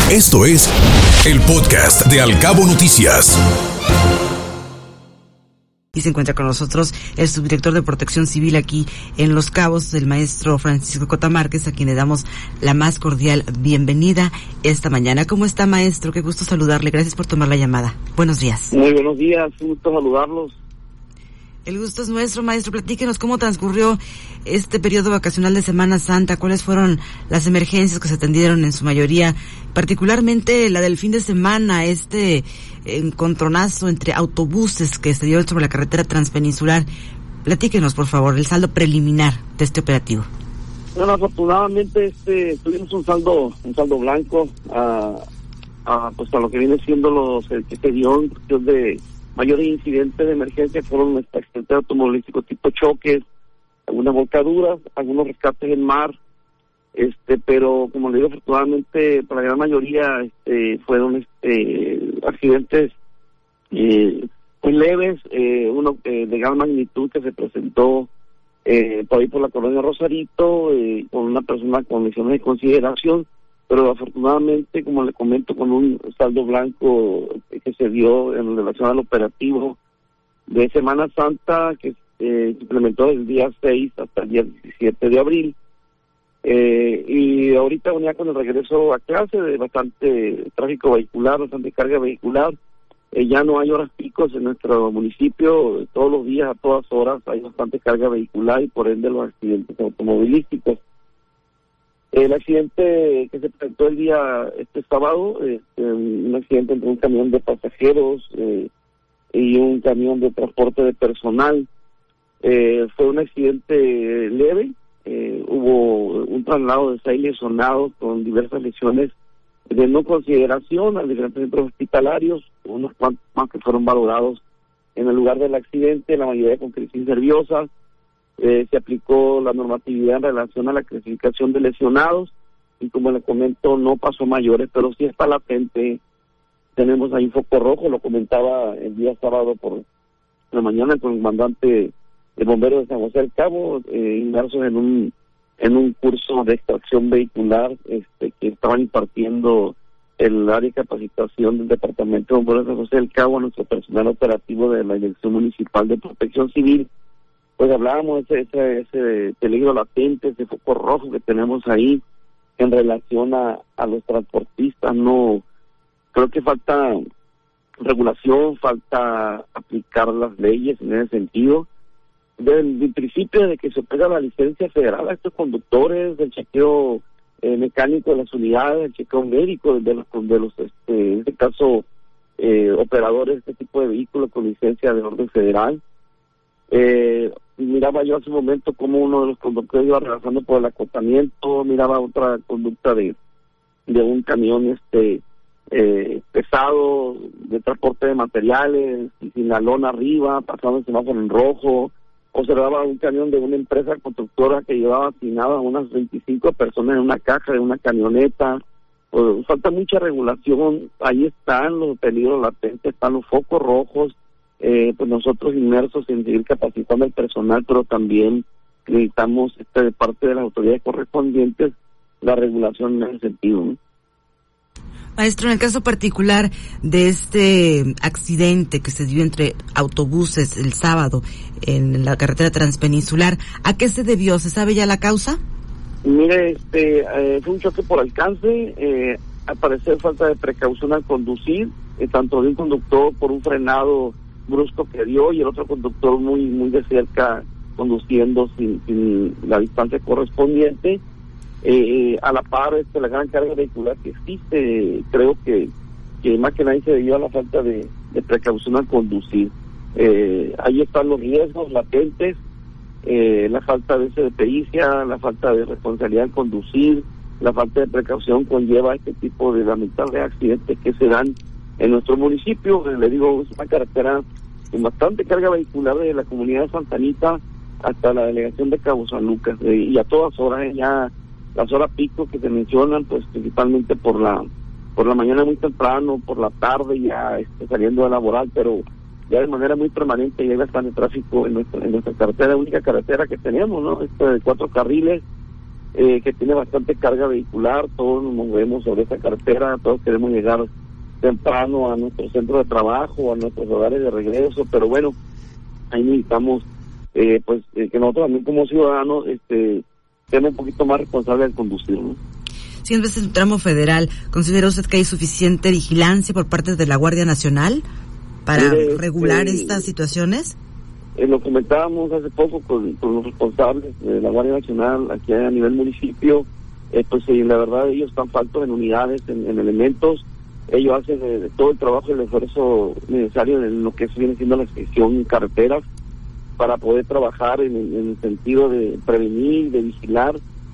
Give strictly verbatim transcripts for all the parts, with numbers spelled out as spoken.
Esto es el podcast de Al Cabo Noticias. Y se encuentra con nosotros el subdirector de Protección Civil aquí en Los Cabos, el maestro Francisco Cota Márquez, a quien le damos la más cordial bienvenida esta mañana. ¿Cómo está, maestro? Qué gusto saludarle. Gracias por tomar la llamada. Buenos días. Muy buenos días, un gusto saludarlos. El gusto es nuestro, maestro. Platíquenos cómo transcurrió este periodo vacacional de Semana Santa, cuáles fueron las emergencias que se atendieron en su mayoría, particularmente la del fin de semana, este encontronazo entre autobuses que se dio sobre la carretera transpeninsular. Platíquenos, por favor, el saldo preliminar de este operativo. Bueno, afortunadamente este tuvimos un saldo un saldo blanco a, a pues a lo que viene siendo los el que se dio en cuestión de mayores incidentes de emergencia fueron accidentes automovilísticos tipo choques, algunas volcaduras, algunos rescates en mar, este, pero como le digo, afortunadamente para la gran mayoría este, fueron este, accidentes eh, muy leves, eh, uno eh, de gran magnitud que se presentó eh, por ahí por la colonia Rosarito, eh, con una persona con lesiones de consideración, pero afortunadamente, como le comento, con un saldo blanco que se dio en relación al operativo de Semana Santa, que eh, se implementó desde el día seis hasta el día diecisiete de abril. Eh, y ahorita venía con el regreso a clase de bastante tráfico vehicular, bastante carga vehicular. Eh, ya no hay horas picos en nuestro municipio, todos los días, a todas horas, hay bastante carga vehicular y por ende los accidentes automovilísticos. El accidente que se presentó el día este sábado, este, un accidente entre un camión de pasajeros eh, y un camión de transporte de personal, eh, fue un accidente leve, eh, hubo un traslado de seis lesionados con diversas lesiones de no consideración a diferentes centros hospitalarios, unos cuantos más que fueron valorados en el lugar del accidente, la mayoría con crisis nerviosa. Eh, se aplicó la normatividad en relación a la clasificación de lesionados y como le comento no pasó mayores, pero sí está latente. Tenemos ahí un foco rojo, lo comentaba el día sábado por la mañana con el comandante de bomberos de San José del Cabo, eh, inmersos en un en un curso de extracción vehicular este que estaban impartiendo el área de capacitación del Departamento de Bomberos de San José del Cabo a nuestro personal operativo de la Dirección Municipal de Protección Civil. Pues hablábamos de ese, ese peligro latente, ese foco rojo que tenemos ahí en relación a, a los transportistas. No, creo que falta regulación, falta aplicar las leyes en ese sentido. Del, del principio de que se pega la licencia federal a estos conductores, del chequeo eh, mecánico de las unidades, el chequeo médico de los, de los este, en este caso, eh, operadores de este tipo de vehículos con licencia de orden federal. Eh, miraba yo hace un momento como uno de los conductores iba rebasando por el acotamiento, miraba otra conducta de de un camión este eh, pesado de transporte de materiales y sin la lona arriba, pasando el semáforo en rojo. Observaba un camión de una empresa constructora que llevaba asignadas unas veinticinco personas en una caja de una camioneta. Pues, falta mucha regulación, ahí están los peligros latentes, están los focos rojos. Eh, pues nosotros inmersos en seguir capacitando al personal, pero también necesitamos este, de parte de las autoridades correspondientes la regulación en ese sentido, ¿no? Maestro, en el caso particular de este accidente que se dio entre autobuses el sábado en la carretera transpeninsular, ¿a qué se debió? ¿Se sabe ya la causa? Mire, este eh, fue un choque por alcance, eh, al parecer falta de precaución al conducir, eh, tanto de un conductor por un frenado brusco que dio y el otro conductor muy muy de cerca conduciendo sin, sin la distancia correspondiente. Eh, a la par este, la gran carga vehicular que existe, creo que, que más que nada se debió a la falta de, de precaución al conducir. Eh, ahí están los riesgos latentes, eh, la falta de, ese de pericia, la falta de responsabilidad al conducir, la falta de precaución conlleva este tipo de lamentables accidentes que se dan en nuestro municipio. Le digo, es una carretera con bastante carga vehicular desde la comunidad de Santa Anita hasta la delegación de Cabo San Lucas, eh, y a todas horas, ya las horas pico que se mencionan, pues principalmente por la por la mañana muy temprano, por la tarde ya este, saliendo de laboral, pero ya de manera muy permanente ya hay bastante tráfico en nuestra, en nuestra carretera, única carretera que tenemos, ¿no? Esta de cuatro carriles, eh, que tiene bastante carga vehicular. Todos nos movemos sobre esa carretera, todos queremos llegar temprano a nuestro centro de trabajo, a nuestros hogares de regreso, pero bueno, ahí necesitamos eh, pues eh, que nosotros también como ciudadanos este, seamos un poquito más responsables al conducir, ¿no? Siendo este un tramo federal, ¿considera usted que hay suficiente vigilancia por parte de la Guardia Nacional para eh, regular eh, estas situaciones? Eh, lo comentábamos hace poco con, con los responsables de la Guardia Nacional aquí a nivel municipio, eh, pues eh, la verdad ellos están faltos en unidades, en, en elementos. Ellos hacen eh, todo el trabajo y el esfuerzo necesario en lo que viene siendo la inspección en carreteras para poder trabajar en, en el sentido de prevenir, de vigilar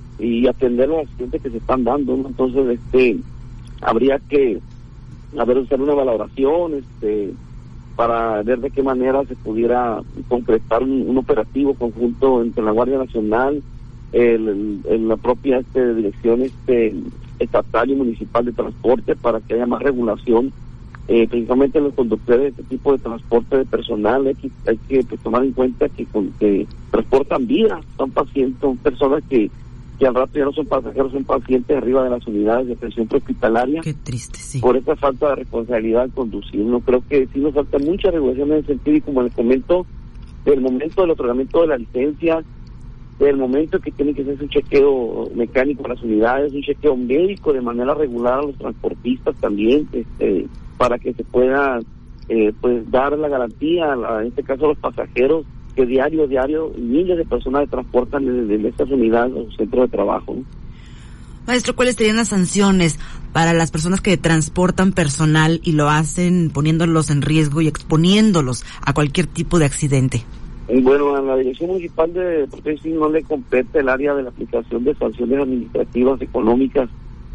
y atender los accidentes que se están dando, ¿no? Entonces, este, habría que haber hacer una valoración, este, para ver de qué manera se pudiera concretar un, un operativo conjunto entre la Guardia Nacional, el, el, el la propia este, dirección este estatal y municipal de transporte, para que haya más regulación, eh, principalmente los conductores de este tipo de transporte de personal. Hay que, hay que pues, tomar en cuenta que, con, que transportan vidas, son pacientes, son personas que, que al rato ya no son pasajeros, son pacientes arriba de las unidades de atención prehospitalaria. Qué triste, sí. Por esa falta de responsabilidad al conducir. No creo que sí nos falta mucha regulación en ese sentido, y como les comento, del momento del otorgamiento de la licencia, del momento que tiene que hacerse un chequeo mecánico a las unidades, un chequeo médico de manera regular a los transportistas también, este, para que se pueda eh, pues dar la garantía, a, en este caso a los pasajeros, que diario, diario, miles de personas se transportan desde, desde estas unidades a su centro de trabajo, ¿no? Maestro, ¿cuáles serían las sanciones para las personas que transportan personal y lo hacen poniéndolos en riesgo y exponiéndolos a cualquier tipo de accidente? Bueno, a la Dirección Municipal de Protección no le compete el área de la aplicación de sanciones administrativas económicas.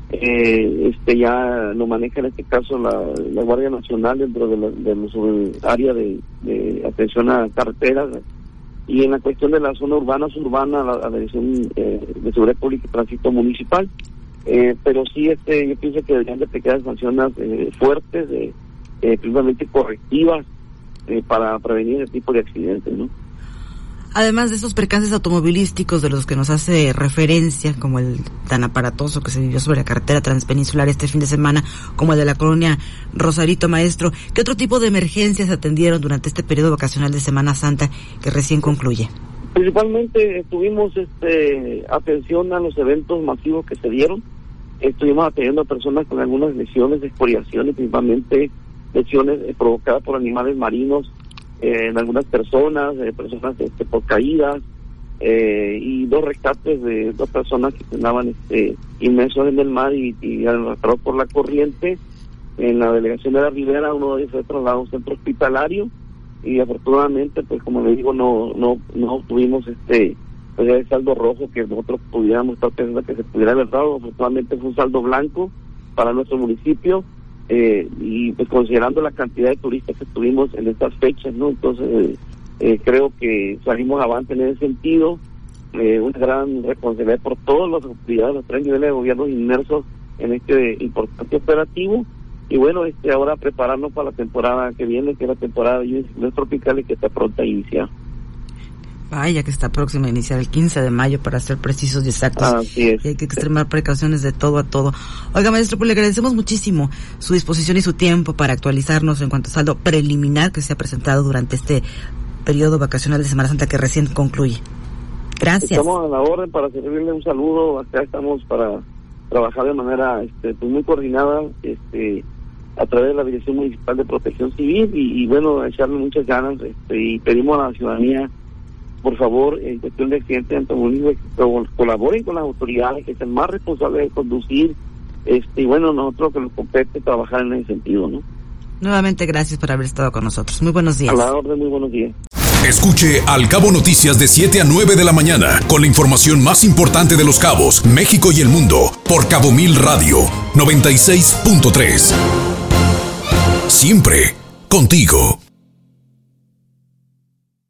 Eh, este ya lo maneja en este caso la, la Guardia Nacional dentro de la de nuestro área de, de atención a carreteras, y en la cuestión de la zona urbana, suburbana, la, la Dirección eh, de Seguridad Pública y Tránsito Municipal. Eh, pero sí, este yo pienso que deberían de aplicar sanciones eh, fuertes, eh, eh, principalmente correctivas, eh, para prevenir ese tipo de accidentes, ¿no? Además de esos percances automovilísticos de los que nos hace referencia, como el tan aparatoso que se vivió sobre la carretera transpeninsular este fin de semana, como el de la colonia Rosarito, maestro, ¿qué otro tipo de emergencias atendieron durante este periodo vacacional de Semana Santa que recién concluye? Principalmente tuvimos este, atención a los eventos masivos que se dieron. Estuvimos atendiendo a personas con algunas lesiones, excoriaciones, principalmente lesiones eh, provocadas por animales marinos, Eh, en algunas personas, eh, personas este, por caídas, eh, y dos rescates de dos personas que andaban este, inmersos en el mar y, y arrastrados por la corriente. En la delegación de la Ribera, uno de ellos fue trasladado a un centro hospitalario, y afortunadamente, pues como le digo, no no no tuvimos este pues el saldo rojo que nosotros pudiéramos estar pensando que se pudiera haber dado. Afortunadamente fue un saldo blanco para nuestro municipio. Eh, y pues considerando la cantidad de turistas que tuvimos en estas fechas, ¿no? Entonces eh, eh, creo que salimos avante en ese sentido. Eh, una gran responsabilidad por todas las autoridades, los tres niveles de gobierno inmersos en este importante operativo, y bueno, este ahora prepararnos para la temporada que viene, que es la temporada de lluvias tropicales, que está pronta a iniciar. Vaya que está próxima a iniciar el quince de mayo, para ser precisos y exactos. Así es. Y hay que extremar precauciones de todo a todo. Oiga, maestro, pues le agradecemos muchísimo su disposición y su tiempo para actualizarnos en cuanto a saldo preliminar que se ha presentado durante este periodo vacacional de Semana Santa que recién concluye. Gracias. Estamos a la orden para servirle. Un saludo. Acá estamos para trabajar de manera este, pues muy coordinada, este a través de la Dirección Municipal de Protección Civil, y, y bueno, echarle muchas ganas, este, y pedimos a la ciudadanía, por favor, en cuestión de accidentes automovilísticos, que colaboren con las autoridades, que sean más responsables de conducir, este y bueno, nosotros que nos compete trabajar en ese sentido, ¿no? Nuevamente, gracias por haber estado con nosotros. Muy buenos días. A la orden, muy buenos días. Escuche Al Cabo Noticias de siete a nueve de la mañana, con la información más importante de Los Cabos, México y el mundo, por Cabo Mil Radio noventa y seis punto tres. Siempre contigo.